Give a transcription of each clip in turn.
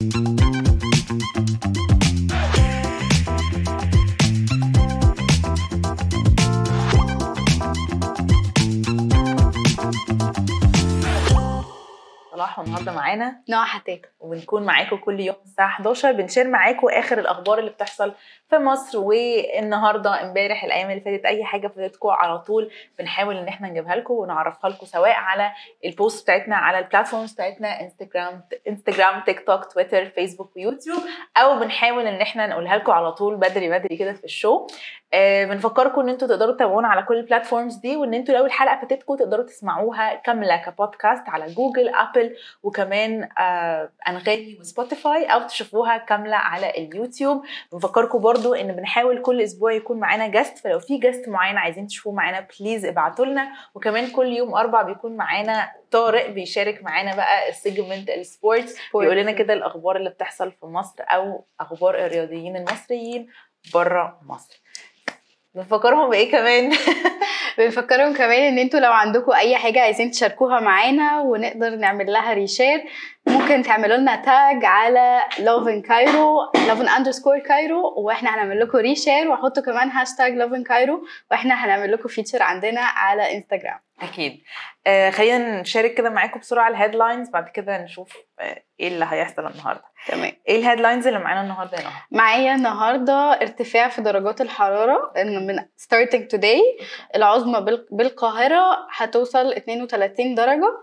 صلاح النهارده معانا نوع حتاته، وبنكون معاكم كل يوم الساعه 11 بنشير معاكم اخر الاخبار اللي بتحصل في مصر. والنهارده امبارح الايام اللي فاتت اي حاجه فاتتكم على طول بنحاول ان احنا نجيبها لكم ونعرفها لكم، سواء على البوست بتاعتنا على البلاتفورمز بتاعتنا انستجرام تيك توك تويتر فيسبوك ويوتيوب، او بنحاول ان احنا نقولها لكم على طول بدري كده في الشو. بنفكركم ان انتوا تقدروا تتابعونا على كل البلاتفورمز دي، وان انتوا لو الحلقه فاتتكم تقدروا تسمعوها كامله كبودكاست على جوجل ابل وكمان انغامي وسبوتيفاي، او تشوفوها كامله على اليوتيوب. بنفكركم برضو ان بنحاول كل اسبوع يكون معانا جاست، فلو في جاست معين عايزين تشوفوه معانا بليز ابعتوا لنا. وكمان كل يوم 4 بيكون معانا طارق بيشارك معانا بقى السيجمنت السبورتس، بيقول لنا كده الاخبار اللي بتحصل في مصر او اخبار الرياضيين المصريين بره مصر. بنفكرهم بايه كمان؟ بنفكرهم كمان ان انتوا لو عندكم اي حاجه عايزين تشاركوها معانا ونقدر نعمل لها ريشير، ممكن تعملوا لنا تاج على lovin_cairo واحنا هنعمل لكم ريشير، واحطوا كمان هاشتاج lovin_cairo واحنا هنعمل لكم فيتشر عندنا على انستغرام. اكيد. خلينا نشارك كده معاكم بسرعه الهيدلاينز، بعد كده نشوف ايه اللي هيحصل النهارده. تمام. ايه الهيدلاينز اللي معانا النهارده هنا؟ معايا النهارده ارتفاع في درجات الحراره من starting today. العظمى بالقاهره هتوصل 32 درجه،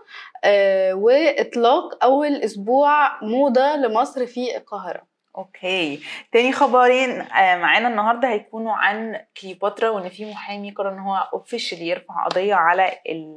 واطلاق اول اسبوع موضه لمصر في القاهره. اوكي. تاني خبرين معانا النهارده هيكونوا عن كليوباترا، وان في محامي قرر ان هو اوفيشلي يرفع قضيه على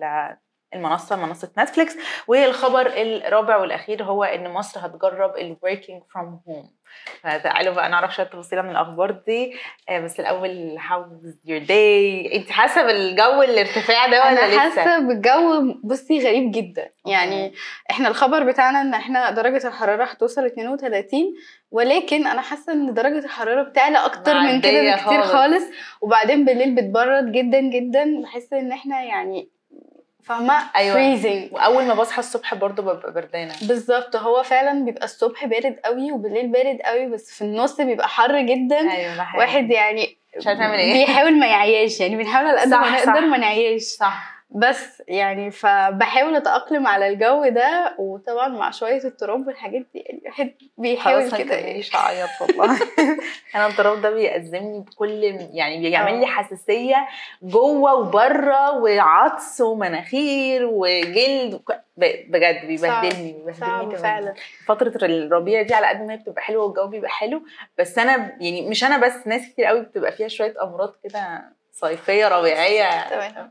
منصة نتفليكس. والخبر الرابع والاخير هو ان مصر هتجرب الوركينج فروم هوم. فتعالوا بقى نعرف شويه تفاصيل من الاخبار دي. بس الاول how's your day؟ انت حاسه بالجو الارتفاع ده ولا لسه؟ انا حاسه بالجو بصي غريب جدا. يعني احنا الخبر بتاعنا ان احنا درجه الحراره هتوصل 32، ولكن انا حاسه ان درجه الحراره بتعلى اكتر من كده بكتير خالص، وبعدين بالليل بتبرد جدا جدا. بحس ان احنا يعني فاهمه فريزنج. واول ما بصحى الصبح برضو ببقى بردانه. بالظبط، هو فعلا بيبقى الصبح بارد قوي وبالليل بارد قوي، بس في النص بيبقى حر جدا. ايوه، واحد يعني مش عارف اعمل ايه، بيحاول ما يعياش، يعني بنحاول على قد ما نقدر ما نعياش. صح. بس يعني فبحاول اتاقلم على الجو ده، وطبعا مع شويه التراب والحاجات دي يعني الواحد بيحاول كده. مش هعيط والله. انا التراب ده بيأزمني بكل، يعني بيعمل لي حساسيه جوه وبره وعطس ومناخير وجلد، بجد بيبهدلني صعب فعلا. فتره الربيع دي على قد ما هي بتبقى حلوه والجو بيبقى حلو، بس انا يعني مش انا بس، ناس كتير قوي بتبقى فيها شويه امراض كده صيفيه ربيعيه. تمام.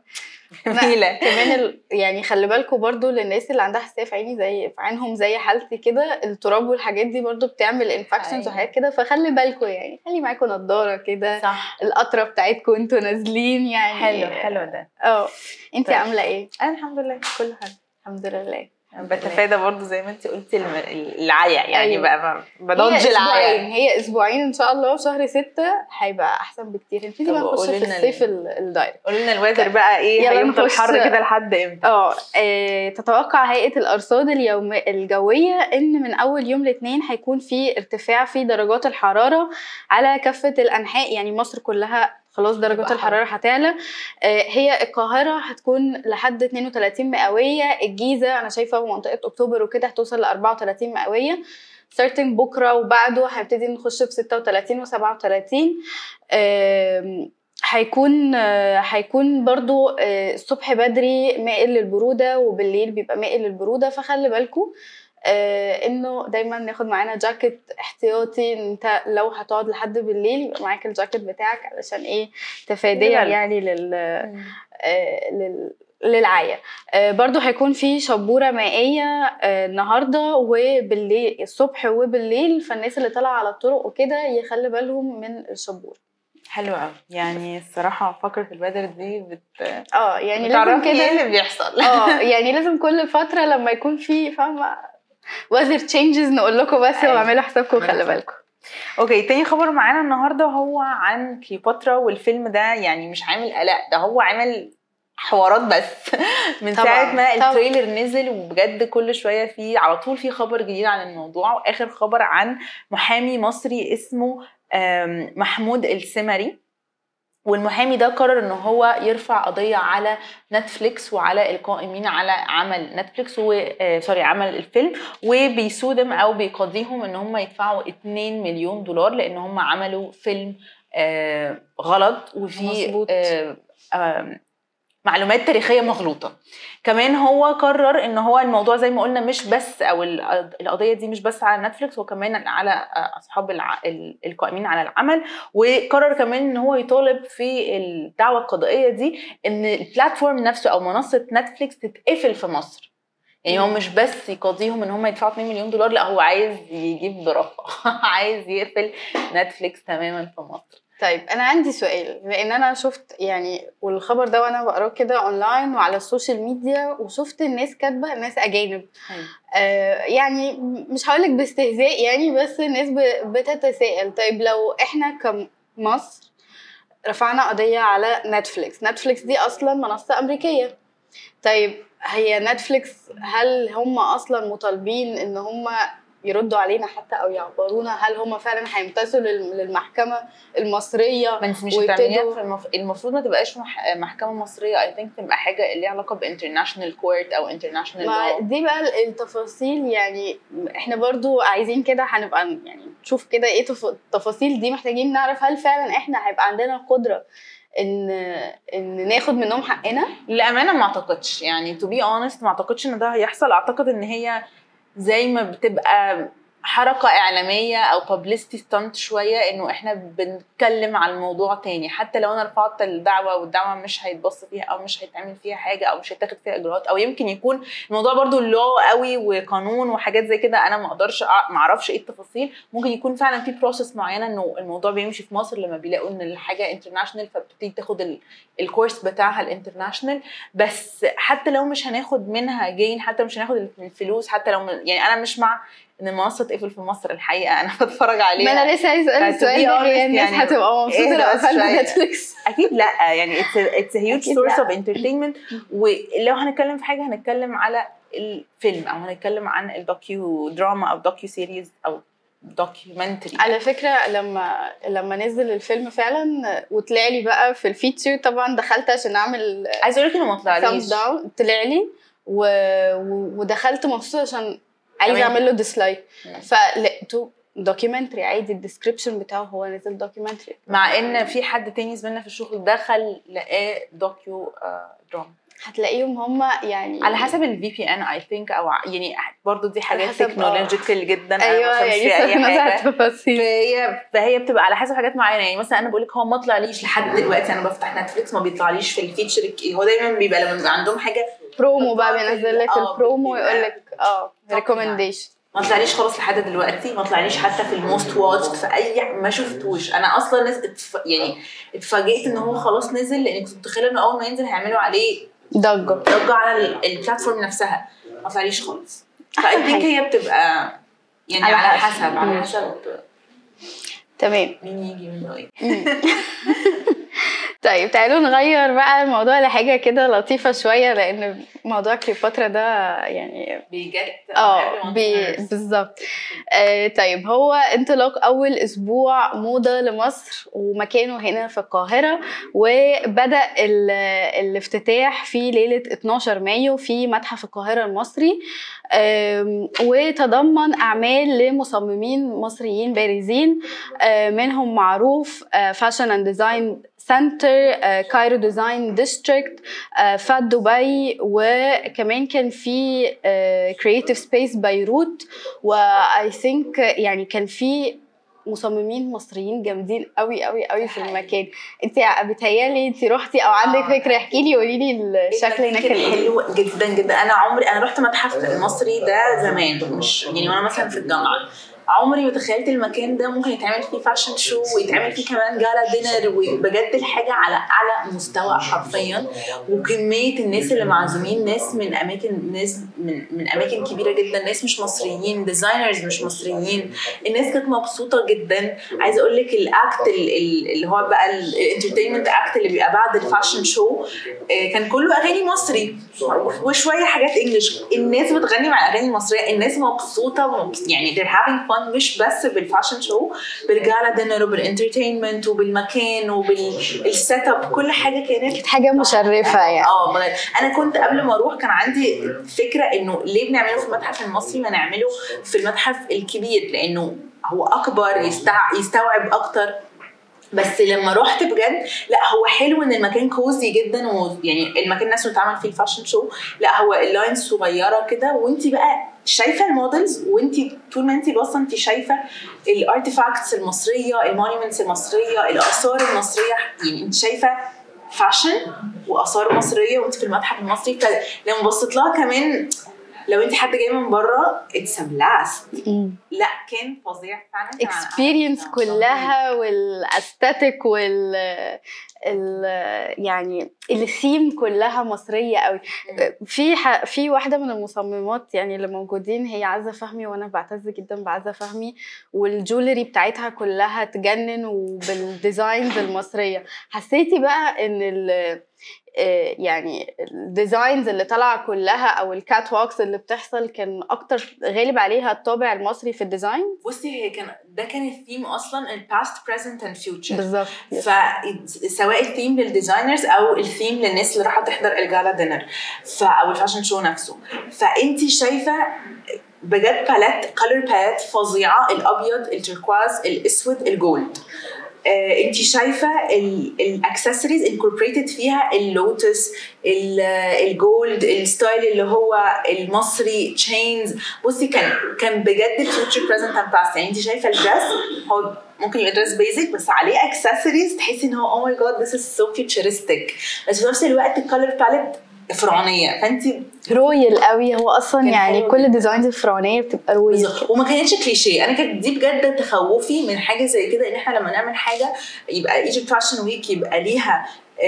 كمان يعني خلي بالكم برضو للناس اللي عندها حساسيه في عيني زي في عينهم زي حالتي كده، التراب والحاجات دي برضو بتعمل انفكشنز وحاجات كده، فخلي بالكم يعني خلي معاكم نضاره كده. القطره بتاعتكم انتوا نازلين يعني. حلو ده. انتي عامله ايه؟ انا الحمد لله كل حاجه الحمد لله. بتفادى برضو زي ما انتي قلتي العيا يعني. بقى بدونج العيا. هي اسبوعين ان شاء الله، شهر 6 هيبقى احسن بكتير. نبتدي بقى نخش في الصيف الدايركت. قولوا لنا الويذر بقى ايه، هيفضل حر كده لحد امتى؟ تتوقع هيئه الارصاد الجويه ان من اول يوم الاثنين هيكون في ارتفاع في درجات الحراره على كافه الانحاء، يعني مصر كلها خلاص درجات الحراره هتعلى. هي القاهره هتكون لحد 32 مئويه، الجيزه انا شايفه منطقه اكتوبر وكده هتوصل ل 34 مئويه. starting بكره وبعده هنبتدي نخش في 36 و37. هيكون برضو الصبح بدري مائل للبروده، وبالليل بيبقى مائل للبروده، فخلي بالكم انه دايما ناخد معانا جاكيت احتياطي. انت لو هتقعد لحد بالليل يبقى معاك الجاكيت بتاعك علشان ايه تفاديا يعني للعيا. برضو هيكون في شبوره مائيه النهارده وبالليل الصبح وبالليل، فالناس اللي طالعه على الطرق وكده يخلي بالهم من الشبوره. حلو قوي. يعني الصراحه فكره البدر دي يعني لازم كده ايه اللي بيحصل. يعني لازم كل فتره لما يكون في فاهمه weather changes نقول لكم بس واعملوا حسابكم خلي بالكم. اوكي. تاني خبر معانا النهارده هو عن كليوباترا، والفيلم ده يعني مش عامل قلق، ده هو عامل حوارات بس من ساعه ما التريلر نزل، وبجد كل شويه في على طول في خبر جديد عن الموضوع. واخر خبر عن محامي مصري اسمه محمود السمري، والمحامي ده قرر ان هو يرفع قضيه على نتفليكس وعلى القائمين على عمل نتفليكس عمل الفيلم، وبيسودم او بيقاضيهم ان هم يدفعوا 2 مليون دولار لان هم عملوا فيلم غلط وفي معلومات تاريخيه مغلوطه. كمان هو قرر ان هو الموضوع زي ما قلنا مش بس، او القضيه دي مش بس على نتفليكس، وكمان على اصحاب القائمين على العمل. وقرر كمان ان هو يطالب في الدعوه القضائيه دي ان البلاتفورم نفسه او منصه نتفليكس تتقفل في مصر. يعني هو مش بس يقاضيهم ان هم يدفعوا 2 مليون دولار، لا هو عايز يجيب برقه عايز يقفل نتفليكس تماما في مصر. طيب انا عندي سؤال، لان انا شفت يعني والخبر ده وانا بقراه كده اونلاين وعلى السوشيال ميديا، وشفت الناس كاتبه، ناس اجانب يعني مش هقولك باستهزاء يعني، بس الناس بتتساءل طيب لو احنا كمصر رفعنا قضيه على نتفليكس دي اصلا منصه امريكيه، طيب هي نتفليكس هل هم اصلا مطالبين ان هم يردوا علينا حتى او يعبرونا؟ هل هم فعلا هيمتثلوا للمحكمه المصريه؟ ما انت مش هتعمليها المفروض ما تبقاش محكمه مصريه. اي ثينك تبقى حاجه اللي علاقه بانترناشونال كورت او انترناشونال لو. دي بقى التفاصيل، يعني احنا برضو عايزين كده هنبقى يعني نشوف كده ايه التفاصيل دي، محتاجين نعرف هل فعلا احنا هيبقى عندنا القدره ان ناخد منهم حقنا. للامانه ما اعتقدش، يعني to be honest ما اعتقدش ان ده هيحصل. اعتقد ان هي زي ما بتبقى حركة إعلامية أو publicity stunt شوية، إنه إحنا بنتكلم عن الموضوع تاني. حتى لو أنا رفعت الدعوة والدعوة مش هيتبص فيها أو مش هيتعمل فيها حاجة أو مش هيتاخد فيها إجراءات، أو يمكن يكون الموضوع برضو اللو قوي وقانون وحاجات زي كده، أنا ما أعرفش إيه التفاصيل. ممكن يكون فعلا في process معينة إنه الموضوع بيمشي في مصر لما بيلاقوا إن الحاجة international فبتبتدي تاخد الكورس بتاعها الانترناشنال. بس حتى لو مش هناخد منها جين، حتى مش هناخد الفلوس، حتى لو يعني أنا مش مع ان المنصه تقفل في مصر. الحقيقه انا بتفرج عليها، ما انا لسه عايز اسال السؤال ده، هي الناس يعني هتبقى مبسوطه لو قفلنا نتفليكس؟ اكيد لا، يعني it's a huge source of entertainment. ولو هنتكلم في حاجه هنتكلم على الفيلم او هنتكلم عن الدوكيو دراما او دوكيو سيريز او دوكيومنتري. على فكره لما نزل الفيلم فعلا وطلع لي بقى في الفيتشر، طبعا دخلت عشان اعمل، عايز اقول لك انه ما طلعليش، طلع لي ودخلت مخصوص عشان عايزه اعمل له ديسلايك، فلقيته دوكيومنتري عادي، الديسكريبشن بتاعه هو نزل دوكيومنتري، مع ان في حد تاني زميلنا في الشغل دخل لقاه دوكيو دراما. هتلاقيهم هم يعني على حسب الفي بي ان اي ثينك، او يعني برضو دي حاجات تكنولوجيكال جدا. ايوه يعني في اي حاجه فهي بتبقى على حسب حاجات معينه. يعني مثلا انا بقول لك هو ما طلعليش لحد دلوقتي، انا بفتح نتفليكس ما بيطلعليش في الفيتشر. هو دايما بيبقى لما بيبقى عندهم حاجه برومو بقى بينزل لك البرومو ويقول لك ريكومنديشن. ما طلعليش خالص لحد دلوقتي، ما طلعليش حتى في الموست واتشد في اي، ما شفتوش. انا اصلا يعني اتفاجئت ان هو خلاص نزل، لان كنت متخيله انه اول ما ينزل هيعملوا عليه ضجه على البلاتفورم نفسها. ما طلعليش خالص. فاي ثينك هي بتبقى يعني على حسب تمام مين يجي منه ايه. طيب تعالوا نغير بقى الموضوع لحاجه كده لطيفه شويه، لان موضوع كليوباترا ده يعني بجد بالظبط. طيب هو انطلاق اول اسبوع موضه لمصر ومكانه هنا في القاهره، وبدا الافتتاح في ليله 12 مايو في متحف القاهره المصري، وتضمن اعمال لمصممين مصريين بارزين، منهم معروف فاشن اند ديزاين سنتر، كايرو ديزاين ديستريكت، فات دبي، وكمان كان في كرييتيف سبيس بيروت. واي ثينك يعني كان في مصممين مصريين جامدين قوي قوي قوي في المكان. انت بتهيالي انت روحتي او عندك فكره، احكي لي قولي لي الشكل هناك حلو جدا جدا. انا رحت متحف المصري ده زمان، مش يعني وانا مثلا في الجامعه، عمري ما تخيلت المكان ده ممكن يتعمل فيه فاشن شو ويتعمل فيه كمان جالا دينر، وبجد الحاجه على اعلى مستوى حرفيا. وكميه الناس اللي معزومين ناس من اماكن كبيره جدا، ناس مش مصريين، ديزاينرز مش مصريين. الناس كانت مبسوطه جدا. عايزه اقول لك الاكت اللي هو بقى الانترتينمنت اكت اللي بيبقى بعد الفاشن شو كان كله اغاني مصري وشويه حاجات انجلش. الناس بتغني مع الاغاني المصريه، الناس مبسوطه يعني they're having fun، مش بس بالفاشن شو، بالجالا دينر وبالانترتينمنت وبالمكان وبالسيت اب. كل حاجه كانت حاجه مشرفه يعني. انا كنت قبل ما اروح كان عندي فكره انه ليه بنعمله في المتحف المصري ما نعمله في المتحف الكبير، لانه هو اكبر، يستوعب اكتر. بس لما رحت بجد لا، هو حلو ان المكان كوزي جدا، ويعني المكان الناس بتعمل فيه الفاشن شو، لا هو اللاين صغيره كده، وانت بقى شايفه المودلز، وانت طول ما انت باصه انت شايفه الارتيفاكتس المصريه، المونيومنتس المصريه، الاثار المصريه. يعني انت شايفه فاشن واثار مصريه وانت في المتحف المصري. فلما بصيت لها كمان، لو انت حد جاي من بره اتس بلاست. لا كان فظيع فعلا. اكسبيرينس كلها، والاستاتيك يعني الثيم كلها مصريه قوي. في واحده من المصممات يعني اللي موجودين هي عزة فهمي، وانا بعتز جدا بعزة فهمي، والجولري بتاعتها كلها تجنن وبالديزاينز المصريه. حسيتي بقى ان يعني الديزاينز اللي طالعه كلها او الكات واكس اللي بتحصل كان اكتر غالب عليها الطابع المصري في الديزاين؟ بصي هي كان الثيم اصلا الباست بريزنت اند فيوتشر بالظبط. فسواء الثيم للديزاينرز او الثيم للناس اللي راح تحضر الجالا دينر او الفاشن شو نفسه. فانت شايفه بجد كولر باليت فظيعه، الابيض، التركواز، الاسود، الجولد. انت شايفه الاكسسوارز انكوربريتد فيها اللوتس، الجولد، الستايل اللي هو المصري، تشينز. بصي كان بجد فيوتشر بريزنت اند باست. يعني انت شايفه الدرس هو ممكن يبقى درس بيزك بس عليه اكسسوارز تحسي ان هو او ماي جاد ذس از سو فيوتشرستيك، بس في نفس الوقت الكولر باليت فرعونيه. فانت رويال قوي هو اصلا، يعني كل الديزاينز الفرعونيه بتبقى رويال وما كانتش كليشيه. انا كانت دي بجد تخوفي من حاجه زي كده، ان احنا لما نعمل حاجه يبقى ايجيبت فاشن ويك يبقى ليها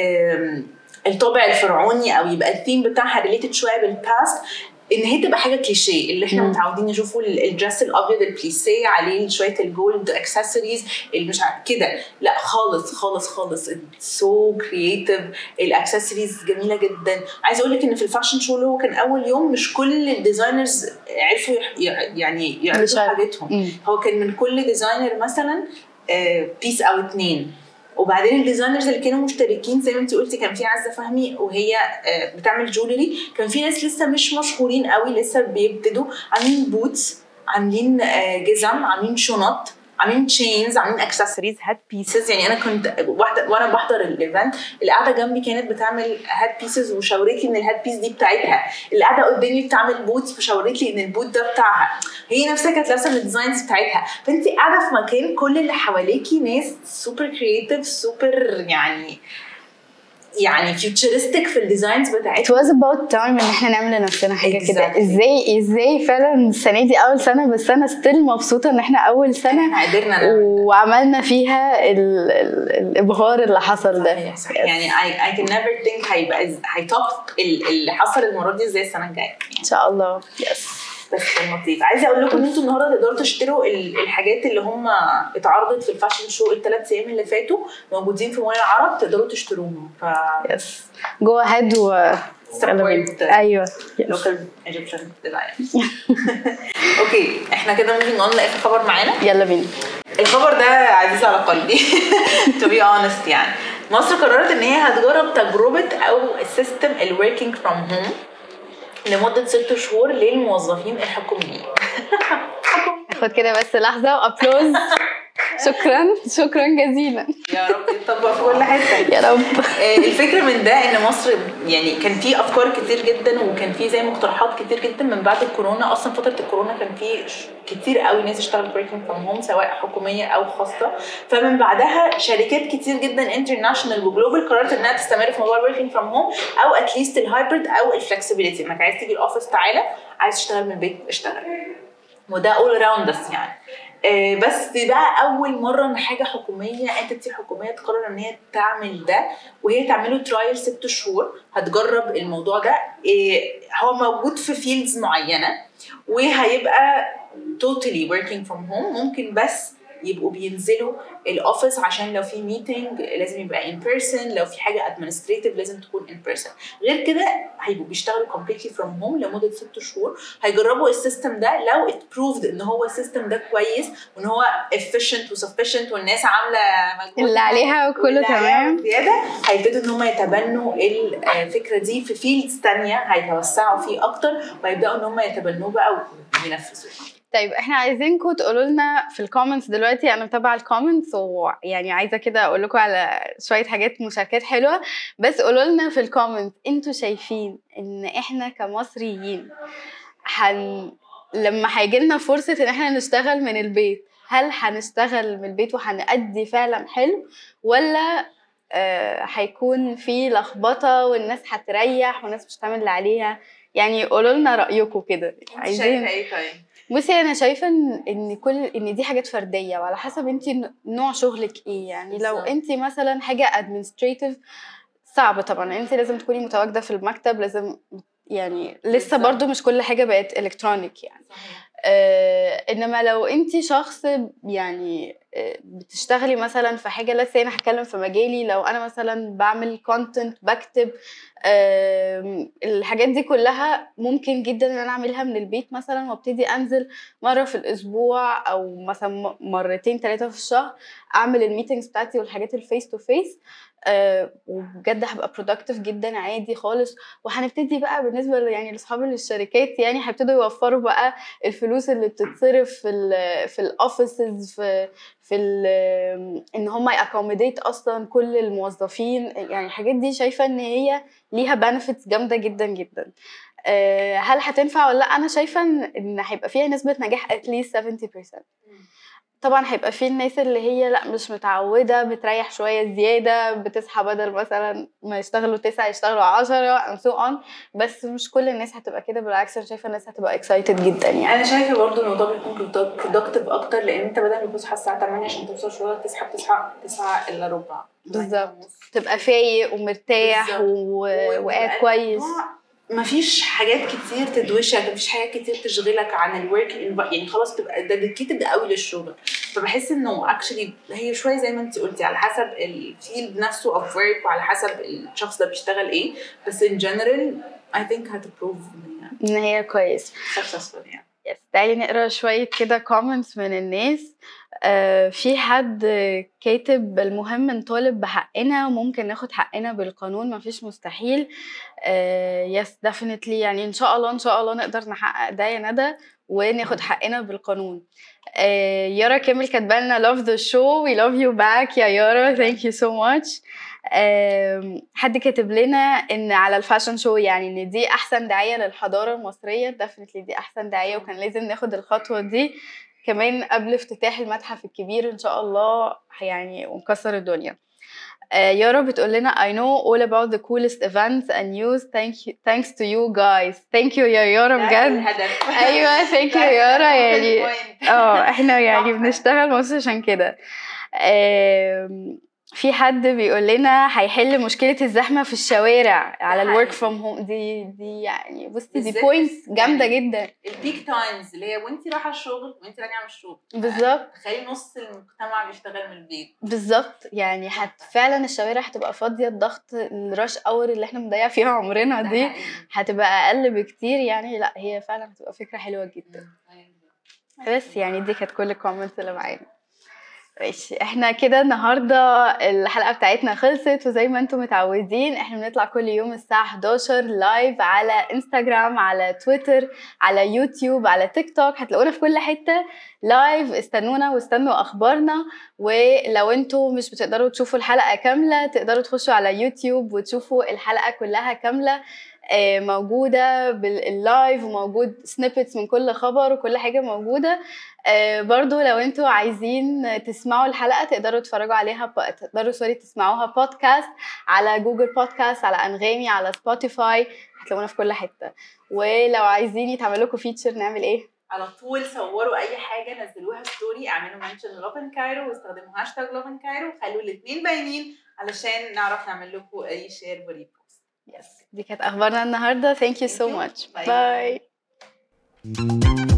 الطابع الفرعوني، او يبقى الثيم بتاعها ريليتد شويه بالباست، ان هي تبقى حاجه كليشيه اللي احنا متعودين نشوفه، الدرس الابيض البليسيه عليه شويه الجولد اكسسوارز مش كده. لا خالص خالص خالص، سو كرييتيف، الاكسسوارز جميله جدا. عايزه اقول لك ان في الفاشن شو اللي هو كان اول يوم مش كل الديزاينرز عرفوا يعني يعرضوا حاجتهم. هو كان من كل ديزاينر مثلا بيس او 2. وبعدين الديزاينرز اللي كانوا مشتركين زي ما انت قلتي، كان في عزة فهمي وهي بتعمل جولري، كان في ناس لسه مش مشهورين قوي لسه بيبتدوا، عاملين بوتس، عاملين جزم، عاملين شنط، عاملين تشينز، عاملين اكسسوارز، هاد بيسز. يعني انا كنت واحده وانا بحضر الايفنت اللي قاعده جنبي كانت بتعمل هاد بيسز وشاورت لي ان الهاد بيس دي بتاعتها، اللي قاعده قدامي بتعمل بوتس وشاورت لي ان البوت ده بتاعها، هي نفسها كانت لابسه من الديزاينز بتاعتها. فانت قاعده في مكان كل اللي حواليكي ناس سوبر كرييتيف، سوبر يعني فيوتشرستيك في الديزاينز بتاعتها. it was about time ان احنا نعمل لنفسنا حاجه كده. ازاي فعلا السنه دي اول سنه، بس انا ستيل مبسوطه ان احنا اول سنه قدرنا وعملنا فيها الابهار اللي حصل ده. يعني I can never think هيتوب اللي حصل المره دي زي السنه الجايه ان شاء الله. يس بس كان لطيف. عايزه اقول لكم ان انتوا النهارده تقدروا تشتروا الحاجات اللي هم اتعرضت في الفاشن شو ال3 ايام اللي فاتوا، موجودين في مول العرب، تقدروا تشتروهم. يس جو اهيد support ايوه local Egyptian designers. اوكي احنا كده moving on لاخر خبر معانا. يلا بينا. الخبر ده عزيز على قلبي to be honest. يعني مصر قررت ان هي هتجرب تجربه او السيستم الworking from home لمدة 6 شهور للموظفين الحكوميين. خد كده بس لحظة وأبلوز. شكرا جزيلا. يا رب يتطبق في كل حته يا رب. الفكره من ده ان مصر يعني كان في افكار كتير جدا، وكان في زي مقترحات كتير جدا من بعد الكورونا. اصلا فتره الكورونا كان في كتير قوي ناس اشتغلت working from home سواء حكوميه او خاصه، فمن بعدها شركات كتير جدا انترناشونال وجلوبال قررت انها تستمر في موضوع working from home او اتليست الهايبرد او الفلكسبيليتي، انك عايز تيجي الاوفيس تعالى، عايز تشتغل من البيت اشتغل، وده all around us. يعني بس بقى اول مره ان حاجه حكوميه، انتيتي حكوميه تقرر ان هي تعمل ده، وهي تعمله ترايل 6 شهور هتجرب الموضوع ده. هو موجود في فيلدز معينه وهيبقى totally working from home، ممكن بس يبقوا بينزلوا الاوفيس عشان لو في ميتنج لازم يبقى in person، لو في حاجه administrative لازم تكون in person. غير كده هيبقوا بيشتغلوا completely from home لمده 6 شهور. هيجربوا السيستم ده، لو it proved ان هو السيستم ده كويس وان هو efficient و sufficient والناس عامله مجهود اللي عليها وكله تمام زياده، هيبتدوا ان هم يتبنوا الفكره دي في فيلدز تانية، هيتوسعوا فيه اكتر ويبداوا ان هم يتبنوه بقى وينفذوه. طيب احنا عايزينكم تقولوا لنا في الكومنتس دلوقتي، انا متابعه الكومنتس ويعني عايزه كده اقول لكم على شويه حاجات مشاركات حلوه، بس قولوا لنا في الكومنتس انتوا شايفين ان احنا كمصريين لما هيجي لنا فرصه ان احنا نشتغل من البيت، هل هنشتغل من البيت وهنأدي فعلا حلو، ولا هيكون في لخبطه والناس هتريح والناس مش هتعمل اللي عليها؟ يعني قولوا لنا رايكم كده. عايزين ايه؟ طيب بصي انا شايفه ان دي حاجات فرديه وعلى حسب انت نوع شغلك ايه. يعني لو انت مثلا حاجه administrative صعب طبعا، انت لازم تكوني متواجده في المكتب، لازم يعني لسه برضو مش كل حاجه بقت الكترونيك يعني. انما لو انت شخص يعني بتشتغلي مثلا في حاجه، لسه انا هتكلم في مجالي، لو انا مثلا بعمل كونتنت بكتب الحاجات دي كلها ممكن جدا ان انا اعملها من البيت مثلا، وابتدي انزل مره في الاسبوع او مثلا مرتين 3 في الشهر اعمل الميتينجز بتاعتي والحاجات الفيس تو فيس، وبجد هبقى productive جدا عادي خالص. وهنبتدي بقى بالنسبه يعني لاصحاب الشركات، يعني هيبتدوا يوفروا بقى الفلوس اللي بتتصرف في الاوفيسز في ان هم يأكوميديت اصلا كل الموظفين. يعني الحاجات دي شايفه ان هي ليها benefits جامده جدا جدا. هل هتنفع ولا لا؟ انا شايفه ان هيبقى فيها نسبه نجاح at least 70%. طبعا هيبقى في الناس اللي هي لا مش متعوده، بتريح شويه زياده، بتصحى بدل مثلا ما يشتغلوا 9 يشتغلوا 10 and so on، بس مش كل الناس هتبقى كده. بالعكس انا شايفه الناس هتبقى excited جدا. يعني انا شايفه برضو الموضوع بيكون productive اكتر، لان انت بدل ما تصحى الساعه 8 عشان توصل شغلك، تصحى 9 الا ربع بالظبط، تبقى فايق ومرتاح وقاعد كويس. مفيش حاجات كتير تدوشك، مفيش حاجات كتير تشغلك عن الورك، يعني خلاص تبقى ديديكيتد قوي للشغل. فبحس انه اكشلي هي شويه زي ما انت قلتي على حسب الفيلد نفسه اوف ورك وعلى حسب الشخص ده بيشتغل ايه، بس ان جنرال I think هتبروف ان هي كويس successful يعني. يس. تعالي نقرا شويه كده كومنتس من الناس. في حد كاتب المهم نطالب بحقنا وممكن ناخد حقنا بالقانون، مفيش مستحيل. يس ديفينتلي، يعني ان شاء الله نقدر نحقق ده يا ندى وناخد حقنا بالقانون. يارا كامل كاتبالنا love the show we love you back يا يارا thank you so much. حد كاتب لنا ان على الفاشن شو يعني ان دي احسن دعايه للحضاره المصريه، ديفينتلي دي احسن دعايه وكان لازم ناخد الخطوه دي كمان قبل افتتاح المتحف الكبير ان شاء الله يعني ونكسر الدنيا. يارا بتقول لنا I know all about the coolest events and news thanks to you guys. thank you يا يارا بجد. ايوه thank you يا يارا. يعني احنا يعني بنشتغل مصر عشان كده. في حد بيقول لنا هيحل مشكله الزحمه في الشوارع على الورك فروم هوم. دي يعني بصي دي بوينت جامده جدا. البيك تايمز اللي هي وانت رايحه الشغل وانت راجعه من الشغل بالظبط، تخيلي نص المجتمع بيشتغل من البيت بالظبط. يعني فعلا الشوارع هتبقى فاضيه، الضغط الراش اور اللي احنا بنضيع فيها عمرنا دي هتبقى اقل بكتير. يعني لا هي فعلا هتبقى فكره حلوه جدا. بس يعني دي كانت كل الكومنتس اللي معانا. ماشي، احنا كده النهارده الحلقه بتاعتنا خلصت، وزي ما انتم متعودين احنا بنطلع كل يوم الساعه 11 لايف على انستغرام، على تويتر، على يوتيوب، على تيك توك، هتلاقونا في كل حته لايف. استنونا واستنوا اخبارنا. ولو انتم مش بتقدروا تشوفوا الحلقه كامله تقدروا تخشوا على يوتيوب وتشوفوا الحلقه كلها كامله موجوده باللايف، وموجود سنيبتس من كل خبر وكل حاجه موجوده. برضو لو انتوا عايزين تسمعوا الحلقة تقدروا تتفرجوا عليها تسمعوها بودكاست على جوجل بودكاست، على أنغامي، على سبوتيفاي، هتلاقونا في كل حتة. ولو عايزين يتعمل لكم فيتشر نعمل ايه؟ على طول صوروا اي حاجه نزلوها ستوري، اعملوا منشن لوفن كايرو واستخدموا هاشتاج لوفن كايرو، خلوا الاثنين باينين علشان نعرف نعمل لكم اي شير وريبوست. دي كانت اخبارنا النهارده. Thank you so much. Bye.